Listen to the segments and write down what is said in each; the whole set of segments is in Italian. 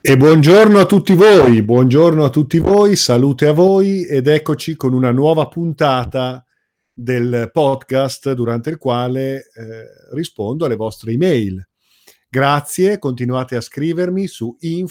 E buongiorno a tutti voi, salute a voi ed eccoci con una nuova puntata del podcast durante il quale rispondo alle vostre email. Grazie, continuate a scrivermi su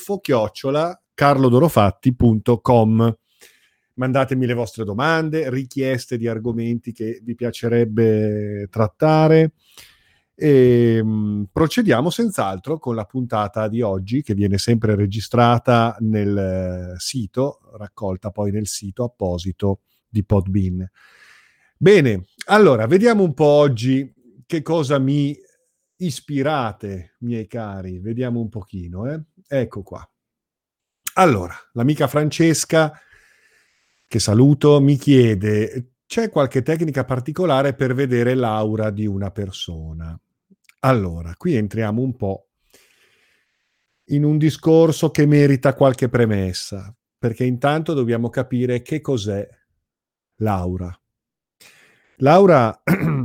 info@carlodorofatti.com. Mandatemi le vostre domande, richieste di argomenti che vi piacerebbe trattare. E procediamo senz'altro con la puntata di oggi, che viene sempre registrata nel sito, raccolta poi nel sito apposito di Podbean. Bene, allora vediamo un po' oggi che cosa mi ispirate, miei cari. Vediamo un pochino, Ecco qua. Allora, l'amica Francesca, che saluto, mi chiede: c'è qualche tecnica particolare per vedere l'aura di una persona? Allora, qui entriamo un po' in un discorso che merita qualche premessa, perché intanto dobbiamo capire che cos'è l'aura. L'aura,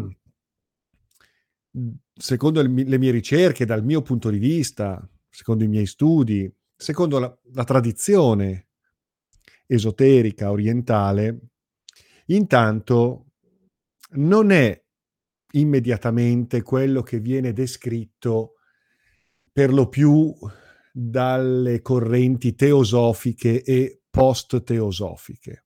secondo le mie ricerche, dal mio punto di vista, secondo i miei studi, secondo la tradizione esoterica orientale, intanto non è immediatamente quello che viene descritto per lo più dalle correnti teosofiche e post-teosofiche.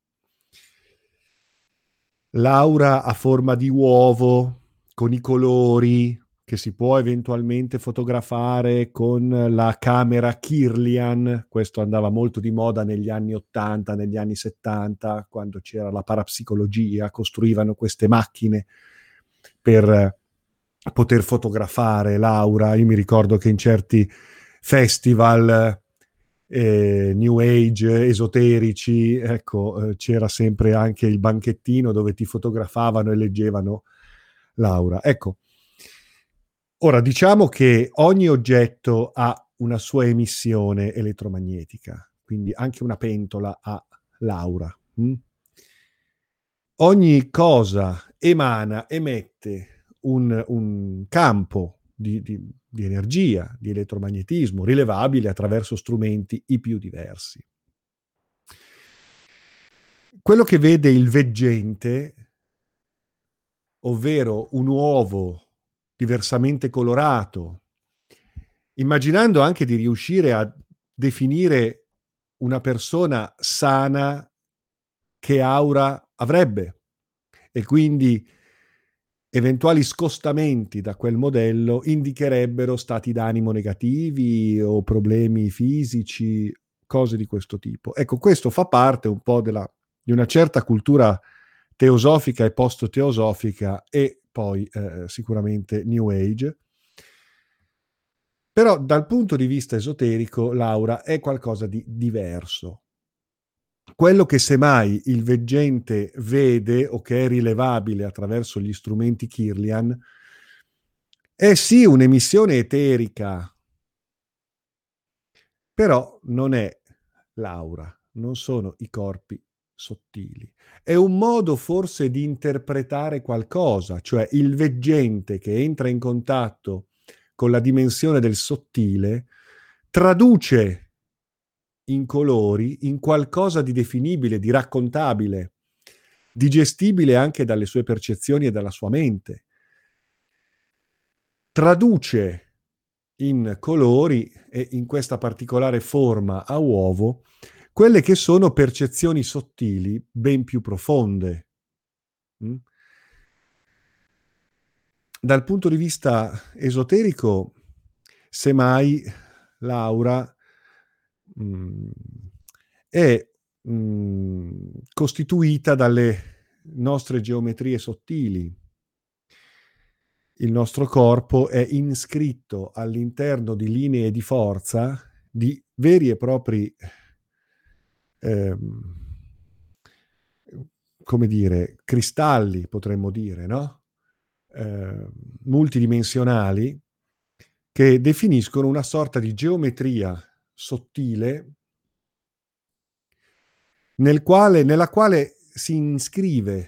L'aura a forma di uovo, con i colori, che si può eventualmente fotografare con la camera Kirlian. Questo andava molto di moda negli anni 80, negli anni 70, quando c'era la parapsicologia, costruivano queste macchine per poter fotografare l'aura. Io mi ricordo che in certi festival New Age esoterici, ecco, c'era sempre anche il banchettino dove ti fotografavano e leggevano l'aura. Ecco, ora diciamo che ogni oggetto ha una sua emissione elettromagnetica, quindi anche una pentola ha l'aura. Ogni cosa emette un campo di energia, di elettromagnetismo rilevabile attraverso strumenti i più diversi. Quello che vede il veggente, ovvero un uovo diversamente colorato, immaginando anche di riuscire a definire una persona sana, che aura avrebbe, e quindi eventuali scostamenti da quel modello indicherebbero stati d'animo negativi o problemi fisici, cose di questo tipo. Ecco, questo fa parte un po' di una certa cultura teosofica e post-teosofica e poi sicuramente New Age. Però dal punto di vista esoterico l'aura è qualcosa di diverso. Quello che semmai il veggente vede o che è rilevabile attraverso gli strumenti Kirlian è sì un'emissione eterica, però non è l'aura, non sono i corpi sottili. È un modo forse di interpretare qualcosa, cioè il veggente che entra in contatto con la dimensione del sottile traduce in colori, in qualcosa di definibile, di raccontabile, di gestibile anche dalle sue percezioni e dalla sua mente. Traduce in colori e in questa particolare forma a uovo quelle che sono percezioni sottili ben più profonde. Dal punto di vista esoterico, semmai l'aura è costituita dalle nostre geometrie sottili. Il nostro corpo è inscritto all'interno di linee di forza, di veri e propri, come dire, cristalli, potremmo dire, no? Multidimensionali, che definiscono una sorta di geometria sottile nella quale si iscrive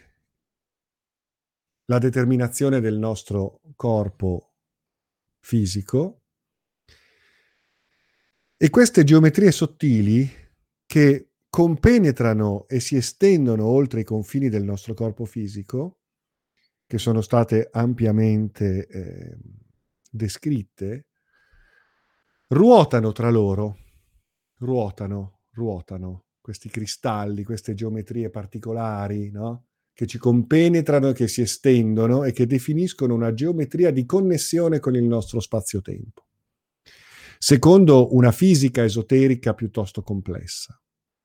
la determinazione del nostro corpo fisico E queste geometrie sottili che compenetrano e si estendono oltre i confini del nostro corpo fisico, che sono state ampiamente descritte, ruotano tra loro, ruotano questi cristalli, queste geometrie particolari, no? Che ci compenetrano, che si estendono e che definiscono una geometria di connessione con il nostro spazio-tempo, secondo una fisica esoterica piuttosto complessa.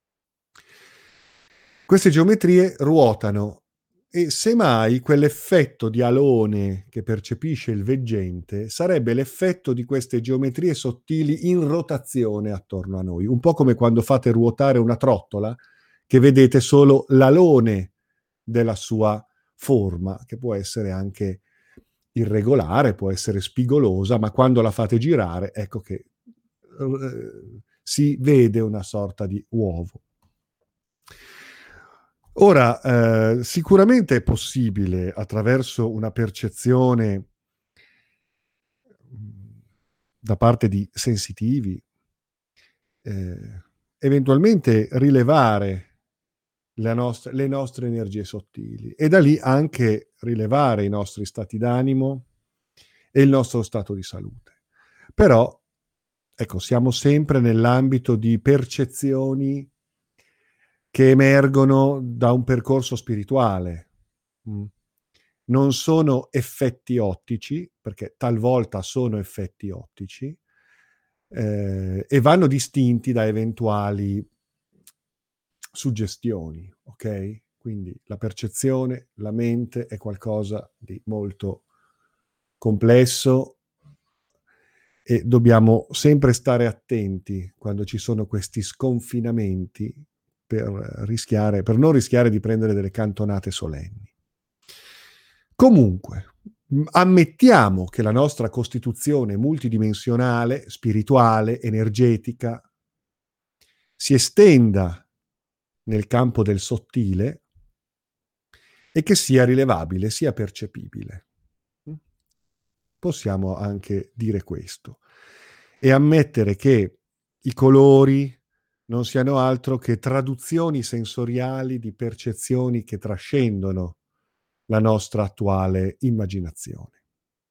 Queste geometrie ruotano e semmai quell'effetto di alone che percepisce il veggente sarebbe l'effetto di queste geometrie sottili in rotazione attorno a noi, un po' come quando fate ruotare una trottola che vedete solo l'alone della sua forma, che può essere anche irregolare, può essere spigolosa, ma quando la fate girare, ecco che si vede una sorta di uovo. Ora, sicuramente è possibile, attraverso una percezione da parte di sensitivi, eventualmente rilevare le nostre energie sottili e da lì anche rilevare i nostri stati d'animo e il nostro stato di salute. Però, ecco, siamo sempre nell'ambito di percezioni che emergono da un percorso spirituale. Non sono effetti ottici, perché talvolta sono effetti ottici, e vanno distinti da eventuali suggestioni, ok? Quindi la percezione, la mente è qualcosa di molto complesso e dobbiamo sempre stare attenti quando ci sono questi sconfinamenti per non rischiare di prendere delle cantonate solenni. Comunque, ammettiamo che la nostra costituzione multidimensionale, spirituale, energetica, si estenda nel campo del sottile e che sia rilevabile, sia percepibile. Possiamo anche dire questo e ammettere che i colori non siano altro che traduzioni sensoriali di percezioni che trascendono la nostra attuale immaginazione.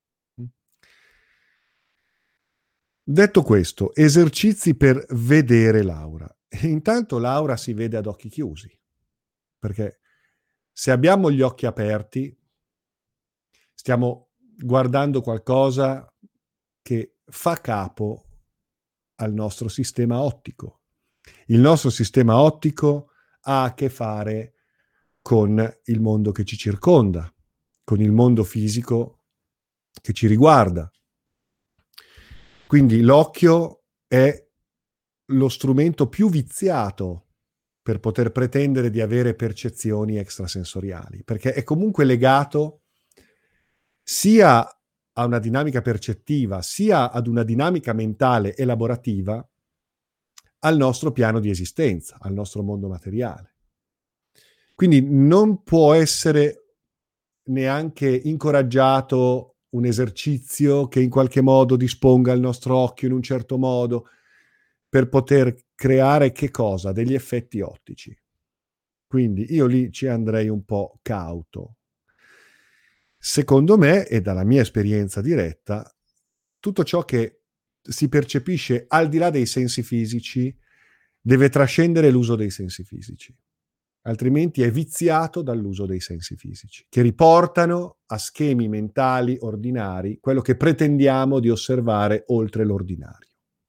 Detto questo, esercizi per vedere Laura. Intanto Laura si vede ad occhi chiusi, perché se abbiamo gli occhi aperti, stiamo guardando qualcosa che fa capo al nostro sistema ottico. Il nostro sistema ottico ha a che fare con il mondo che ci circonda, con il mondo fisico che ci riguarda. Quindi l'occhio è lo strumento più viziato per poter pretendere di avere percezioni extrasensoriali, perché è comunque legato sia a una dinamica percettiva, sia ad una dinamica mentale elaborativa al nostro piano di esistenza, al nostro mondo materiale. Quindi non può essere neanche incoraggiato un esercizio che in qualche modo disponga il nostro occhio in un certo modo per poter creare che cosa? Degli effetti ottici. Quindi io lì ci andrei un po' cauto. Secondo me, e dalla mia esperienza diretta, tutto ciò che si percepisce al di là dei sensi fisici deve trascendere l'uso dei sensi fisici, altrimenti è viziato dall'uso dei sensi fisici, che riportano a schemi mentali ordinari quello che pretendiamo di osservare oltre l'ordinario.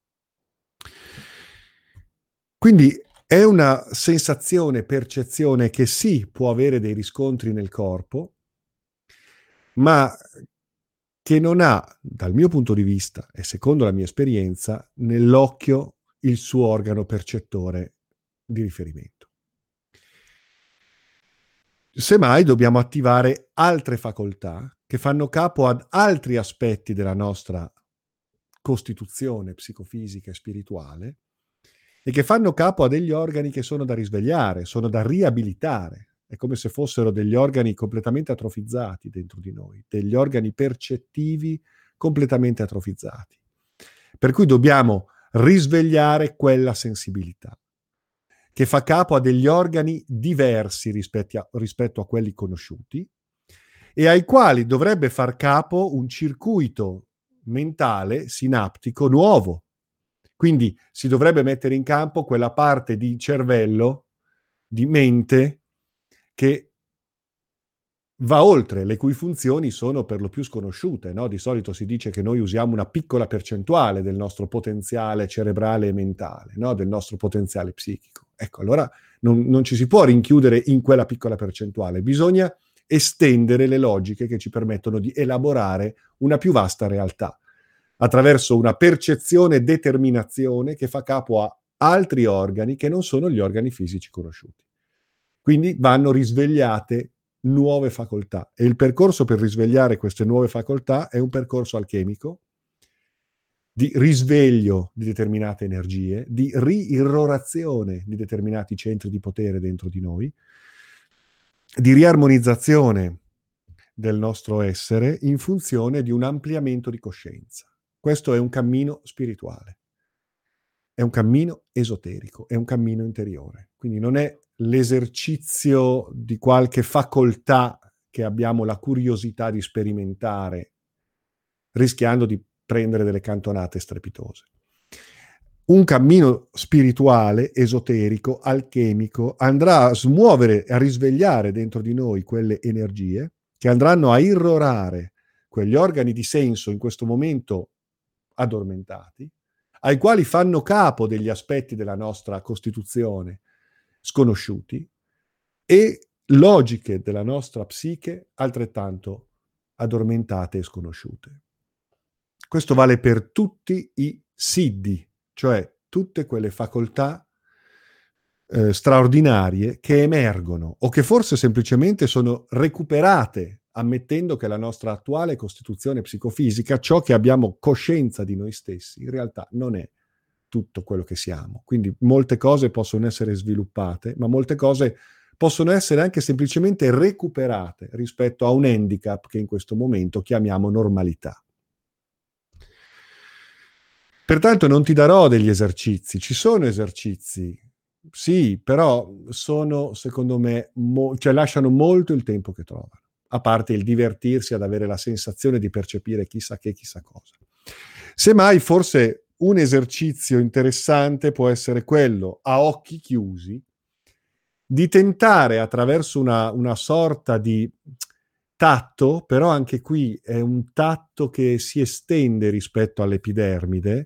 Quindi è una sensazione, percezione che sì, può avere dei riscontri nel corpo, ma che non ha, dal mio punto di vista e secondo la mia esperienza, nell'occhio il suo organo percettore di riferimento. Semmai dobbiamo attivare altre facoltà che fanno capo ad altri aspetti della nostra costituzione psicofisica e spirituale e che fanno capo a degli organi che sono da risvegliare, sono da riabilitare. È come se fossero degli organi completamente atrofizzati dentro di noi, degli organi percettivi completamente atrofizzati. Per cui dobbiamo risvegliare quella sensibilità, che fa capo a degli organi diversi rispetto a quelli conosciuti e ai quali dovrebbe far capo un circuito mentale sinaptico nuovo. Quindi si dovrebbe mettere in campo quella parte di cervello, di mente, che va oltre, le cui funzioni sono per lo più sconosciute, no? Di solito si dice che noi usiamo una piccola percentuale del nostro potenziale cerebrale e mentale, no? Del nostro potenziale psichico. Ecco, allora non ci si può rinchiudere in quella piccola percentuale, bisogna estendere le logiche che ci permettono di elaborare una più vasta realtà, attraverso una percezione e determinazione che fa capo a altri organi che non sono gli organi fisici conosciuti. Quindi vanno risvegliate nuove facoltà e il percorso per risvegliare queste nuove facoltà è un percorso alchemico di risveglio di determinate energie, di riirrorazione di determinati centri di potere dentro di noi, di riarmonizzazione del nostro essere in funzione di un ampliamento di coscienza. Questo è un cammino spirituale, è un cammino esoterico, è un cammino interiore. Quindi non è l'esercizio di qualche facoltà che abbiamo la curiosità di sperimentare, rischiando di prendere delle cantonate strepitose. Un cammino spirituale, esoterico, alchemico, andrà a smuovere, a risvegliare dentro di noi quelle energie che andranno a irrorare quegli organi di senso in questo momento addormentati, ai quali fanno capo degli aspetti della nostra costituzione sconosciuti e logiche della nostra psiche altrettanto addormentate e sconosciute. Questo vale per tutti i siddhi, cioè tutte quelle facoltà straordinarie che emergono o che forse semplicemente sono recuperate ammettendo che la nostra attuale costituzione psicofisica, ciò che abbiamo coscienza di noi stessi, in realtà non è tutto quello che siamo. Quindi molte cose possono essere sviluppate, ma molte cose possono essere anche semplicemente recuperate rispetto a un handicap che in questo momento chiamiamo normalità. Pertanto non ti darò degli esercizi, ci sono esercizi, sì, però sono, secondo me, cioè lasciano molto il tempo che trovano, a parte il divertirsi ad avere la sensazione di percepire chissà che, chissà cosa. Semmai, forse un esercizio interessante può essere quello, a occhi chiusi, di tentare attraverso una sorta di tatto, però anche qui è un tatto che si estende rispetto all'epidermide,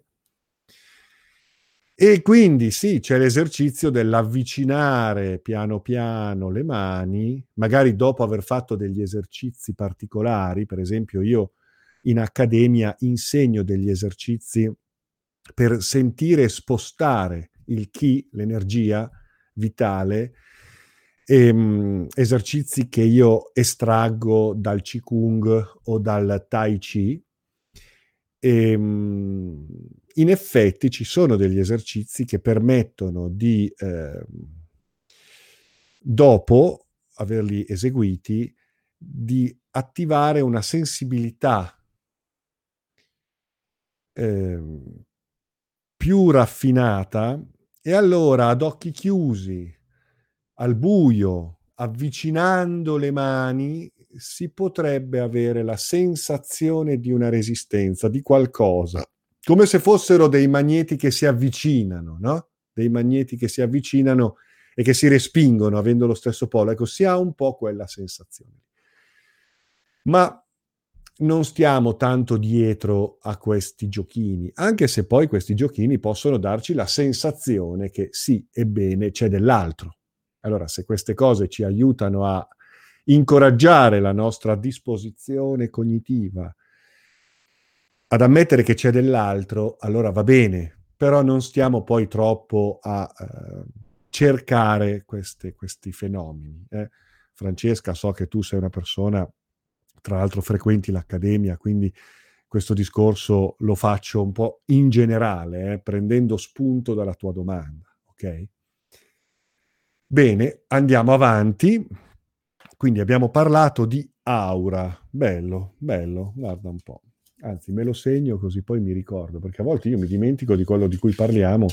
e quindi sì, c'è l'esercizio dell'avvicinare piano piano le mani, magari dopo aver fatto degli esercizi particolari. Per esempio io in accademia insegno degli esercizi per sentire e spostare il chi, l'energia vitale, esercizi che io estraggo dal Qigong o dal Tai Chi. In effetti ci sono degli esercizi che permettono di, dopo averli eseguiti, di attivare una sensibilità più raffinata, e allora ad occhi chiusi, al buio, avvicinando le mani, si potrebbe avere la sensazione di una resistenza, di qualcosa, come se fossero dei magneti che si avvicinano, no? Dei magneti che si avvicinano e che si respingono avendo lo stesso polo. Ecco, si ha un po' quella sensazione. Ma non stiamo tanto dietro a questi giochini, anche se poi questi giochini possono darci la sensazione che sì, ebbene, c'è dell'altro. Allora, se queste cose ci aiutano a incoraggiare la nostra disposizione cognitiva ad ammettere che c'è dell'altro, allora va bene, però non stiamo poi troppo a cercare questi fenomeni. Francesca, so che tu sei una persona, tra l'altro frequenti l'accademia, quindi questo discorso lo faccio un po' in generale, prendendo spunto dalla tua domanda, ok? Bene, andiamo avanti. Quindi abbiamo parlato di aura. Bello, bello, guarda un po'. Anzi, me lo segno così poi mi ricordo, perché a volte io mi dimentico di quello di cui parliamo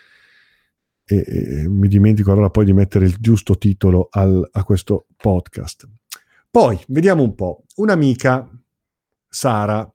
e mi dimentico allora poi di mettere il giusto titolo a questo podcast. Poi, vediamo un po'. Un'amica, Sara,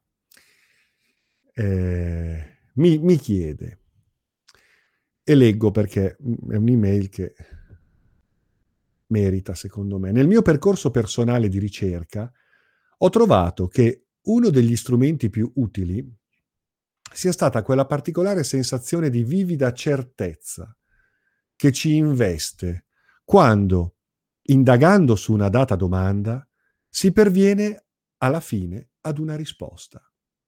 mi chiede, e leggo perché è un'email che merita, secondo me. Nel mio percorso personale di ricerca ho trovato che uno degli strumenti più utili sia stata quella particolare sensazione di vivida certezza che ci investe quando, indagando su una data domanda, si perviene alla fine ad una risposta.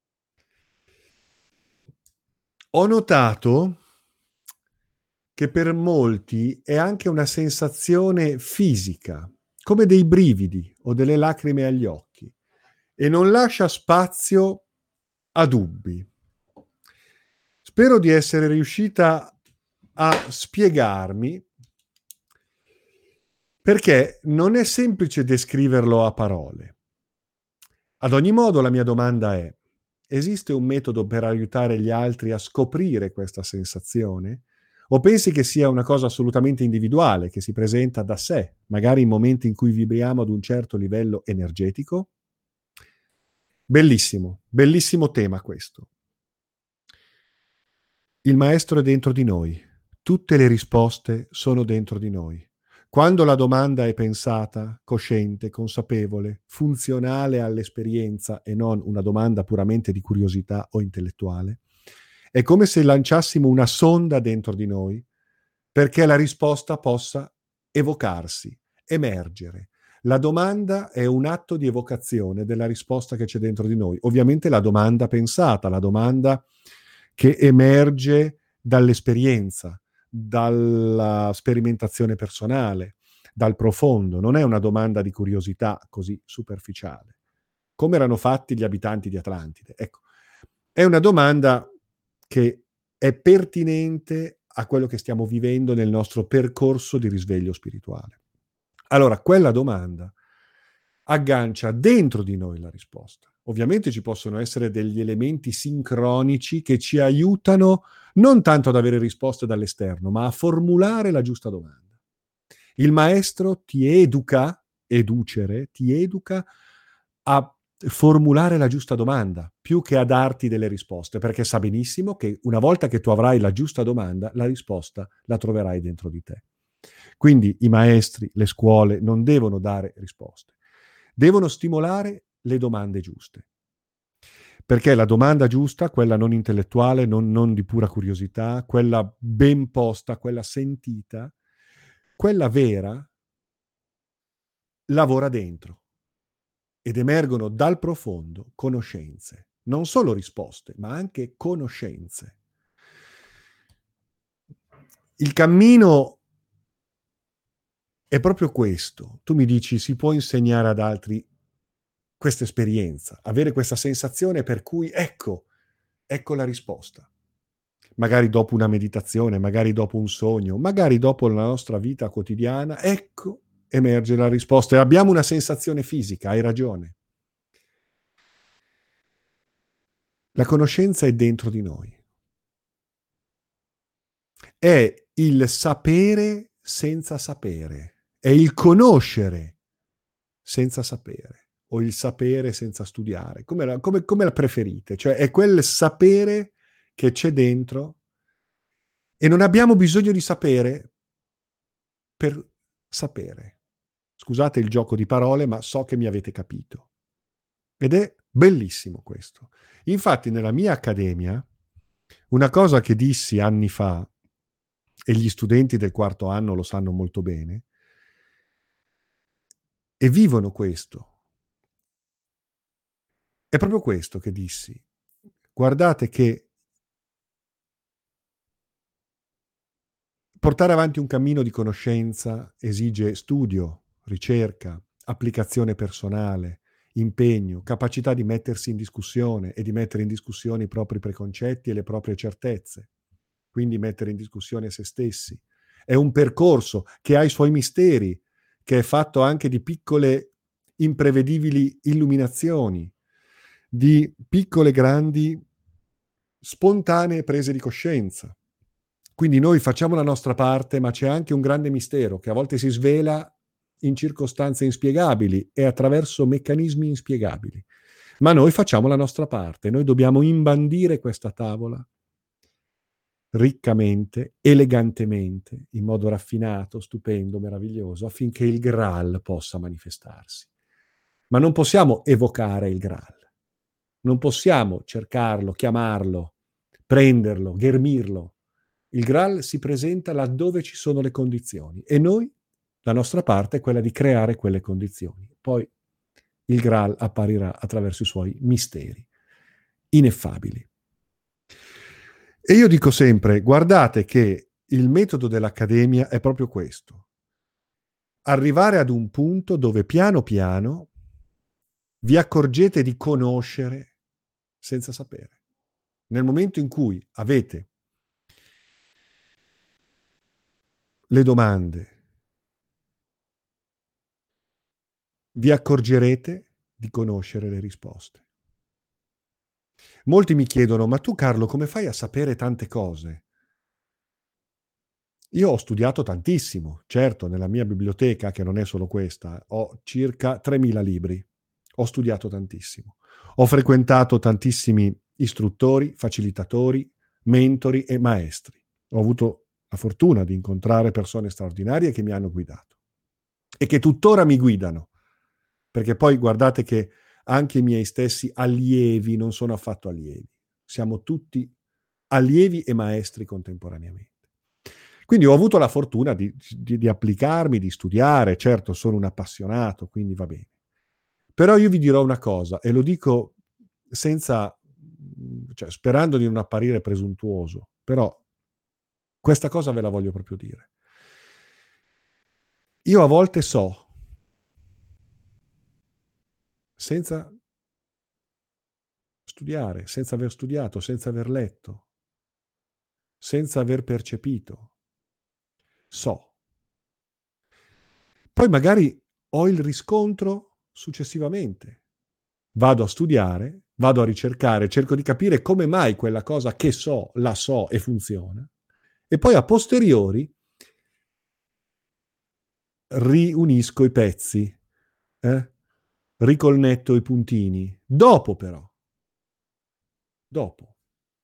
Ho notato che per molti è anche una sensazione fisica, come dei brividi o delle lacrime agli occhi, e non lascia spazio a dubbi. Spero di essere riuscita a spiegarmi, perché non è semplice descriverlo a parole. Ad ogni modo, la mia domanda è: esiste un metodo per aiutare gli altri a scoprire questa sensazione? O pensi che sia una cosa assolutamente individuale, che si presenta da sé, magari in momenti in cui vibriamo ad un certo livello energetico? Bellissimo, bellissimo tema questo. Il maestro è dentro di noi. Tutte le risposte sono dentro di noi. Quando la domanda è pensata, cosciente, consapevole, funzionale all'esperienza e non una domanda puramente di curiosità o intellettuale, è come se lanciassimo una sonda dentro di noi perché la risposta possa evocarsi, emergere. La domanda è un atto di evocazione della risposta che c'è dentro di noi. Ovviamente la domanda pensata, la domanda che emerge dall'esperienza, dalla sperimentazione personale, dal profondo. Non è una domanda di curiosità così superficiale, come erano fatti gli abitanti di Atlantide. Ecco, è una domanda che è pertinente a quello che stiamo vivendo nel nostro percorso di risveglio spirituale. Allora, quella domanda aggancia dentro di noi la risposta. Ovviamente ci possono essere degli elementi sincronici che ci aiutano non tanto ad avere risposte dall'esterno, ma a formulare la giusta domanda. Il maestro ti educa, educere, ti educa a formulare la giusta domanda, più che a darti delle risposte, perché sa benissimo che una volta che tu avrai la giusta domanda, la risposta la troverai dentro di te. Quindi i maestri, le scuole non devono dare risposte, devono stimolare le domande giuste. Perché la domanda giusta, quella non intellettuale, non di pura curiosità, quella ben posta, quella sentita, quella vera, lavora dentro ed emergono dal profondo conoscenze, non solo risposte, ma anche conoscenze. Il cammino è proprio questo. Tu mi dici, si può insegnare ad altri questa esperienza, avere questa sensazione per cui ecco la risposta. Magari dopo una meditazione, magari dopo un sogno, magari dopo la nostra vita quotidiana, ecco, emerge la risposta e abbiamo una sensazione fisica, hai ragione. La conoscenza è dentro di noi. È il sapere senza sapere, è il conoscere senza sapere, o il sapere senza studiare, come la preferite, cioè è quel sapere che c'è dentro e non abbiamo bisogno di sapere per sapere. Scusate il gioco di parole, ma so che mi avete capito. Ed è bellissimo questo. Infatti nella mia accademia, una cosa che dissi anni fa, e gli studenti del quarto anno lo sanno molto bene, e vivono questo, è proprio questo che dissi. Guardate che portare avanti un cammino di conoscenza esige studio, ricerca, applicazione personale, impegno, capacità di mettersi in discussione e di mettere in discussione i propri preconcetti e le proprie certezze, quindi mettere in discussione se stessi. È un percorso che ha i suoi misteri, che è fatto anche di piccole imprevedibili illuminazioni, di piccole, grandi, spontanee prese di coscienza. Quindi noi facciamo la nostra parte, ma c'è anche un grande mistero che a volte si svela in circostanze inspiegabili e attraverso meccanismi inspiegabili. Ma noi facciamo la nostra parte, noi dobbiamo imbandire questa tavola riccamente, elegantemente, in modo raffinato, stupendo, meraviglioso, affinché il Graal possa manifestarsi. Ma non possiamo evocare il Graal, non possiamo cercarlo, chiamarlo, prenderlo, ghermirlo. Il Graal si presenta laddove ci sono le condizioni e noi, la nostra parte è quella di creare quelle condizioni. Poi il Graal apparirà attraverso i suoi misteri ineffabili. E io dico sempre, guardate che il metodo dell'Accademia è proprio questo. Arrivare ad un punto dove piano piano vi accorgete di conoscere senza sapere. Nel momento in cui avete le domande, vi accorgerete di conoscere le risposte. Molti mi chiedono, ma tu Carlo, come fai a sapere tante cose? Io ho studiato tantissimo, certo, nella mia biblioteca, che non è solo questa, ho circa 3.000 libri. Ho studiato tantissimo. Ho frequentato tantissimi istruttori, facilitatori, mentori e maestri. Ho avuto la fortuna di incontrare persone straordinarie che mi hanno guidato e che tuttora mi guidano, perché poi guardate che anche i miei stessi allievi non sono affatto allievi. Siamo tutti allievi e maestri contemporaneamente. Quindi ho avuto la fortuna di applicarmi, di studiare, certo sono un appassionato, quindi va bene. Però io vi dirò una cosa, e lo dico senza, cioè, sperando di non apparire presuntuoso, però questa cosa ve la voglio proprio dire. Io a volte so, senza studiare, senza aver studiato, senza aver letto, senza aver percepito, so. Poi magari ho il riscontro successivamente. Vado a studiare, vado a ricercare, cerco di capire come mai quella cosa che so, la so e funziona. E poi a posteriori riunisco i pezzi, ricolnetto i puntini. Dopo però, dopo,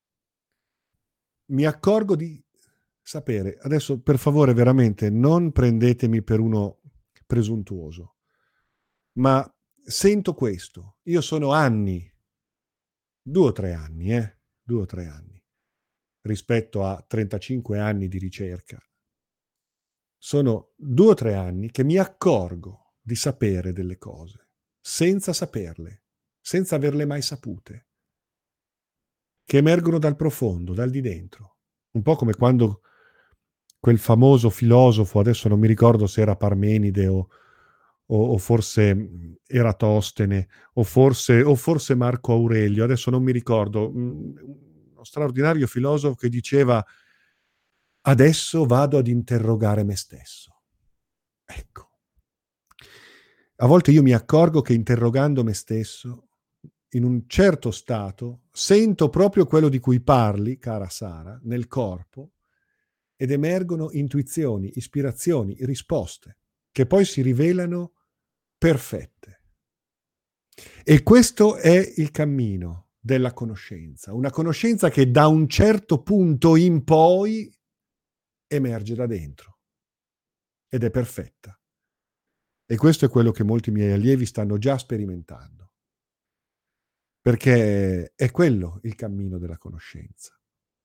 mi accorgo di sapere. Adesso, per favore, veramente, non prendetemi per uno presuntuoso, ma sento questo. Io sono anni, 2 o 3 anni, 2 o 3 anni, rispetto a 35 anni di ricerca. Sono 2 o 3 anni che mi accorgo di sapere delle cose, senza saperle, senza averle mai sapute, che emergono dal profondo, dal di dentro. Un po' come quando quel famoso filosofo, adesso non mi ricordo se era Parmenide o forse Eratostene, o forse Marco Aurelio, adesso non mi ricordo, uno straordinario filosofo che diceva: adesso vado ad interrogare me stesso. Ecco. A volte io mi accorgo che interrogando me stesso, in un certo stato, sento proprio quello di cui parli, cara Sara, nel corpo, ed emergono intuizioni, ispirazioni, risposte, che poi si rivelano perfette. E questo è il cammino della conoscenza, una conoscenza che da un certo punto in poi emerge da dentro ed è perfetta. E questo è quello che molti miei allievi stanno già sperimentando, perché è quello il cammino della conoscenza.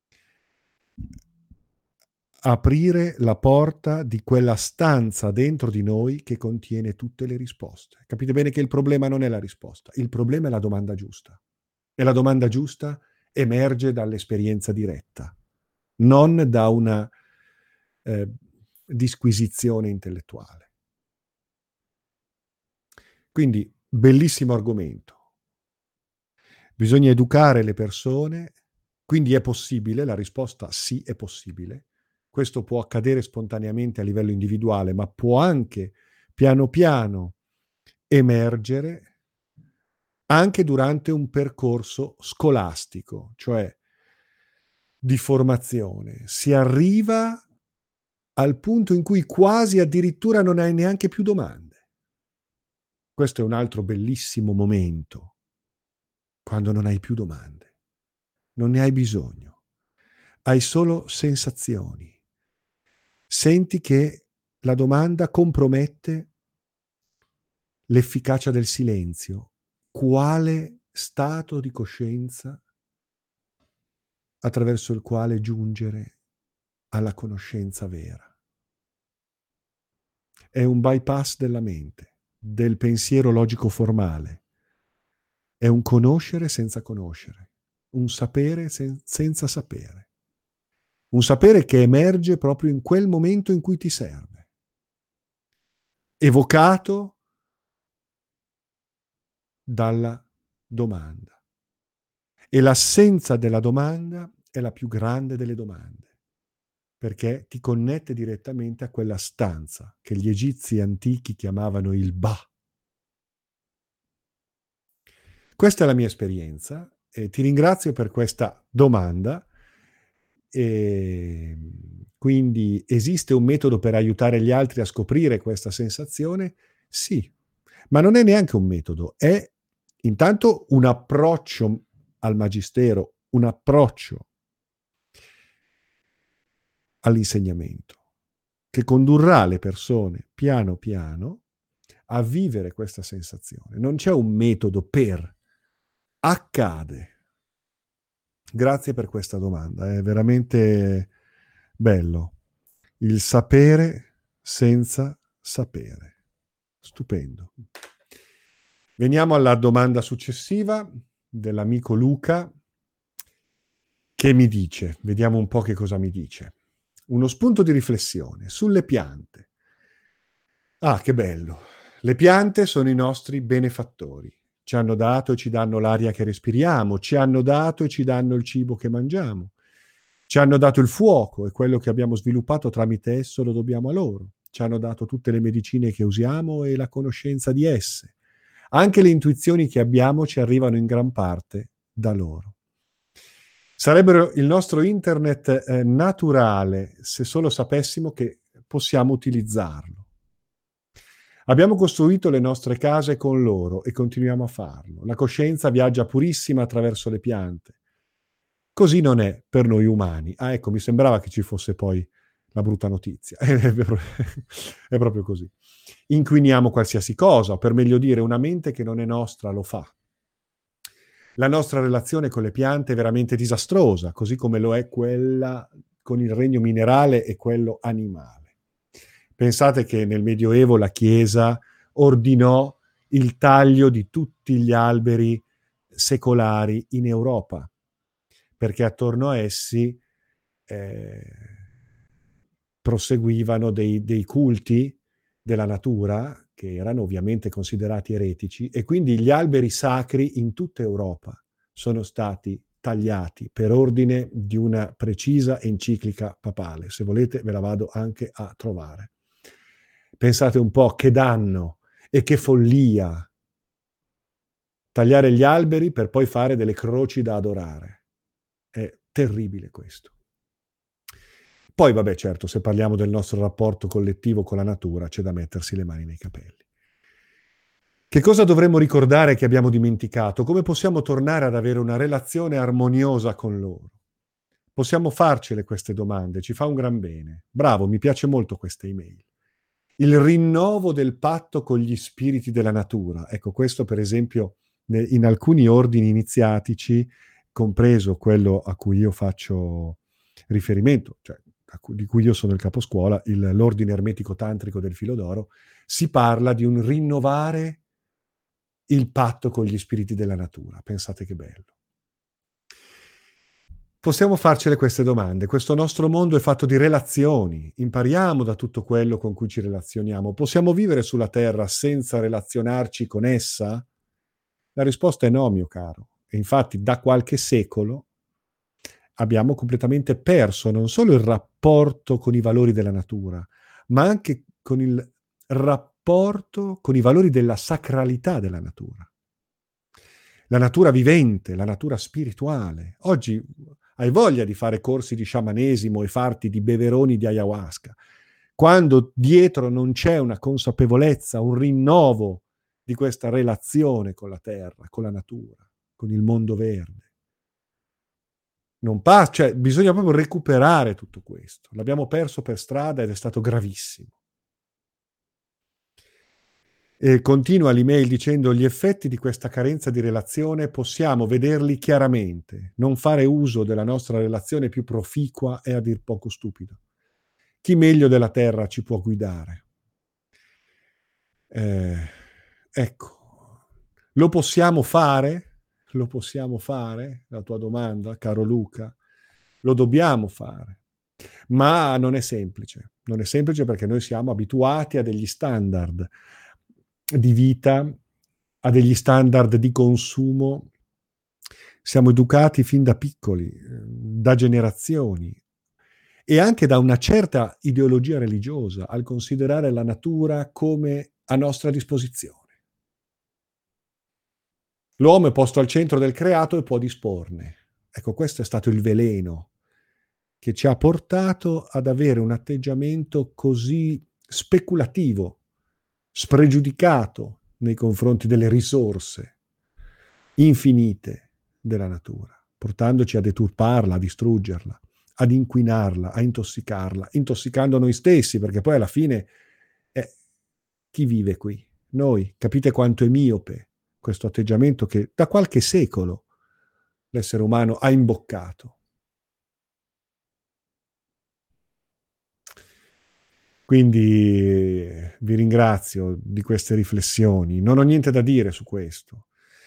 Aprire la porta di quella stanza dentro di noi che contiene tutte le risposte. Capite bene che il problema non è la risposta, il problema è la domanda giusta. E la domanda giusta emerge dall'esperienza diretta, non da una disquisizione intellettuale. Quindi, bellissimo argomento. Bisogna educare le persone, quindi è possibile, la risposta sì, è possibile. Questo può accadere spontaneamente a livello individuale, ma può anche piano piano emergere anche durante un percorso scolastico, cioè di formazione. Si arriva al punto in cui quasi addirittura non hai neanche più domande. Questo è un altro bellissimo momento, quando non hai più domande, non ne hai bisogno, hai solo sensazioni. Senti che la domanda compromette l'efficacia del silenzio. Quale stato di coscienza attraverso il quale giungere alla conoscenza vera? È un bypass della mente, del pensiero logico formale. È un conoscere senza conoscere, un sapere senza sapere. Un sapere che emerge proprio in quel momento in cui ti serve, evocato dalla domanda. E l'assenza della domanda è la più grande delle domande, perché ti connette direttamente a quella stanza che gli egizi antichi chiamavano il Ba. Questa è la mia esperienza e ti ringrazio per questa domanda. E quindi esiste un metodo per aiutare gli altri a scoprire questa sensazione? Sì, ma non è neanche un metodo, è intanto un approccio al magistero, un approccio all'insegnamento che condurrà le persone piano piano a vivere questa sensazione. Non c'è un metodo per, accade. Grazie per questa domanda, è veramente bello. Il sapere senza sapere. Stupendo. Veniamo alla domanda successiva dell'amico Luca, che mi dice, vediamo un po' che cosa mi dice. Uno spunto di riflessione sulle piante. Ah, che bello. Le piante sono i nostri benefattori. Ci hanno dato e ci danno l'aria che respiriamo, ci hanno dato e ci danno il cibo che mangiamo, ci hanno dato il fuoco e quello che abbiamo sviluppato tramite esso lo dobbiamo a loro. Ci hanno dato tutte le medicine che usiamo e la conoscenza di esse. Anche le intuizioni che abbiamo ci arrivano in gran parte da loro. Sarebbero il nostro internet naturale se solo sapessimo che possiamo utilizzarlo. Abbiamo costruito le nostre case con loro e continuiamo a farlo. La coscienza viaggia purissima attraverso le piante. Così non è per noi umani. Ah, ecco, mi sembrava che ci fosse poi la brutta notizia. È proprio così. Inquiniamo qualsiasi cosa, o per meglio dire, una mente che non è nostra lo fa. La nostra relazione con le piante è veramente disastrosa, così come lo è quella con il regno minerale e quello animale. Pensate che nel Medioevo la Chiesa ordinò il taglio di tutti gli alberi secolari in Europa, perché attorno a essi proseguivano dei culti della natura che erano ovviamente considerati eretici, e quindi gli alberi sacri in tutta Europa sono stati tagliati per ordine di una precisa enciclica papale. Se volete ve la vado anche a trovare. Pensate un po' che danno e che follia tagliare gli alberi per poi fare delle croci da adorare. È terribile questo. Poi, vabbè, certo, se parliamo del nostro rapporto collettivo con la natura, c'è da mettersi le mani nei capelli. Che cosa dovremmo ricordare che abbiamo dimenticato? Come possiamo tornare ad avere una relazione armoniosa con loro? Possiamo farcele queste domande, ci fa un gran bene. Bravo, mi piace molto questa email. Il rinnovo del patto con gli spiriti della natura. Ecco, questo per esempio in alcuni ordini iniziatici, compreso quello a cui io faccio riferimento, cioè di cui io sono il caposcuola, l'ordine ermetico tantrico del Filo d'Oro, si parla di un rinnovare il patto con gli spiriti della natura. Pensate che bello. Possiamo farcele queste domande. Questo nostro mondo è fatto di relazioni. Impariamo da tutto quello con cui ci relazioniamo. Possiamo vivere sulla Terra senza relazionarci con essa? La risposta è no, mio caro. E infatti da qualche secolo abbiamo completamente perso non solo il rapporto con i valori della natura, ma anche con il rapporto con i valori della sacralità della natura. la natura vivente, la natura spirituale. Oggi hai voglia di fare corsi di sciamanesimo e farti di beveroni di ayahuasca, quando dietro non c'è una consapevolezza, un rinnovo di questa relazione con la terra, con la natura, con il mondo verde. Non passa, cioè bisogna proprio recuperare tutto questo. L'abbiamo perso per strada ed è stato gravissimo. E continua l'email dicendo: gli effetti di questa carenza di relazione possiamo vederli chiaramente. Non fare uso della nostra relazione più proficua è a dir poco stupido. Chi meglio della terra ci può guidare? Ecco, lo possiamo fare? Lo possiamo fare? La tua domanda, caro Luca. Lo dobbiamo fare. Ma non è semplice. Non è semplice perché noi siamo abituati a degli standard di vita, a degli standard di consumo. Siamo educati fin da piccoli, da generazioni, e anche da una certa ideologia religiosa, al considerare la natura come a nostra disposizione. L'uomo è posto al centro del creato e può disporne. Ecco, questo è stato il veleno che ci ha portato ad avere un atteggiamento così speculativo, spregiudicato nei confronti delle risorse infinite della natura, portandoci a deturparla, a distruggerla, ad inquinarla, a intossicarla, intossicando noi stessi, perché poi alla fine chi vive qui? Noi. Capite quanto è miope questo atteggiamento che da qualche secolo l'essere umano ha imboccato. Quindi vi ringrazio di queste riflessioni. Non ho niente da dire su questo,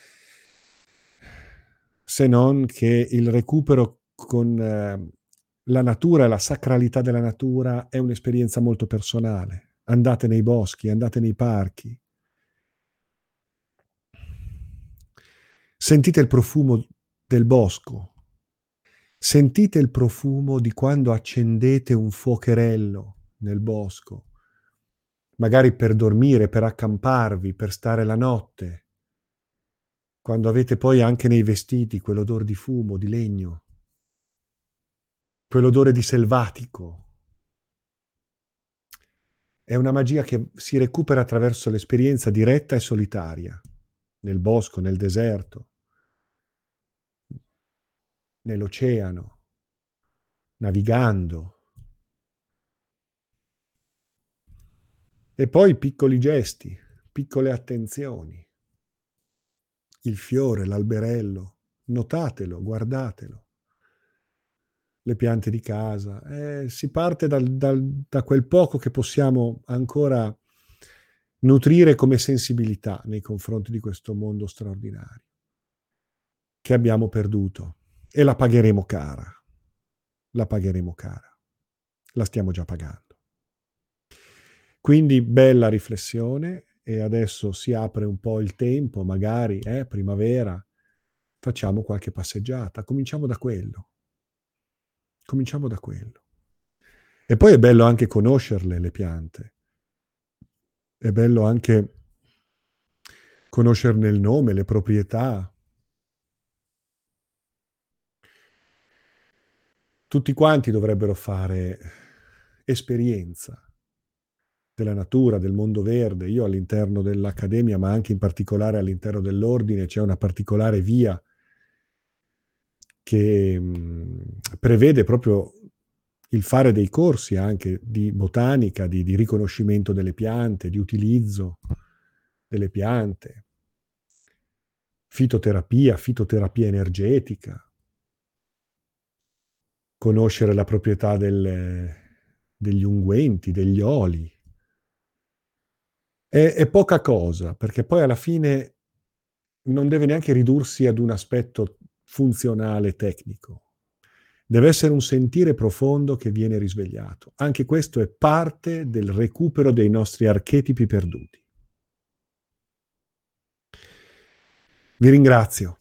se non che il recupero con la natura e la sacralità della natura è un'esperienza molto personale. Andate nei boschi, andate nei parchi. Sentite il profumo del bosco. Sentite il profumo di quando accendete un fuocherello nel bosco, magari per dormire, per accamparvi, per stare la notte, quando avete poi anche nei vestiti quell'odore di fumo, di legno, quell'odore di selvatico. È una magia che si recupera attraverso l'esperienza diretta e solitaria, nel bosco, nel deserto, nell'oceano, navigando. E poi piccoli gesti, piccole attenzioni. Il fiore, l'alberello, notatelo, guardatelo. Le piante di casa. Si parte da quel poco che possiamo ancora nutrire come sensibilità nei confronti di questo mondo straordinario che abbiamo perduto, e la pagheremo cara. La pagheremo cara. La stiamo già pagando. Quindi bella riflessione, e adesso si apre un po' il tempo, magari primavera, facciamo qualche passeggiata, cominciamo da quello. Cominciamo da quello. E poi è bello anche conoscerle, le piante. È bello anche conoscerne il nome, le proprietà. Tutti quanti dovrebbero fare esperienza della natura, del mondo verde. Io all'interno dell'Accademia, ma anche in particolare all'interno dell'Ordine, c'è una particolare via che prevede proprio il fare dei corsi anche di botanica, di riconoscimento delle piante, di utilizzo delle piante, fitoterapia energetica, conoscere la proprietà degli unguenti, degli oli. È poca cosa, perché poi alla fine non deve neanche ridursi ad un aspetto funzionale tecnico. Deve essere un sentire profondo che viene risvegliato. Anche questo è parte del recupero dei nostri archetipi perduti. Vi ringrazio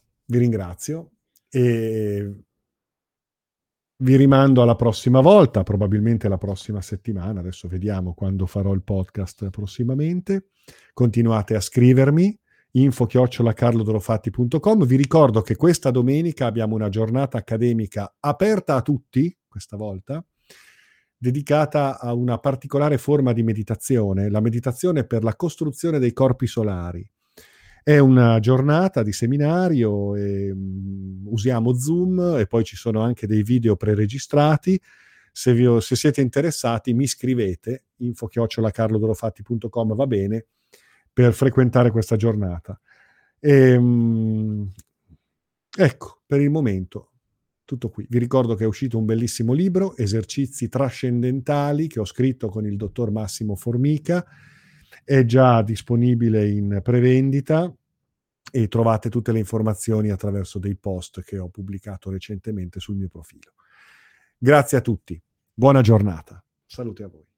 e vi rimando alla prossima volta, probabilmente la prossima settimana. Adesso vediamo quando farò il podcast prossimamente. Continuate a scrivermi info@carlodorofatti.com. Vi ricordo che questa domenica abbiamo una giornata accademica aperta a tutti, questa volta, dedicata a una particolare forma di meditazione, la meditazione per la costruzione dei corpi solari. È una giornata di seminario, usiamo Zoom e poi ci sono anche dei video preregistrati. Se siete interessati mi scrivete, info@carlodorofatti.com va bene, per frequentare questa giornata. Ecco, per il momento tutto qui. Vi ricordo che è uscito un bellissimo libro, Esercizi trascendentali, che ho scritto con il dottor Massimo Formica. È già disponibile in prevendita e trovate tutte le informazioni attraverso dei post che ho pubblicato recentemente sul mio profilo. Grazie a tutti, buona giornata, salute a voi.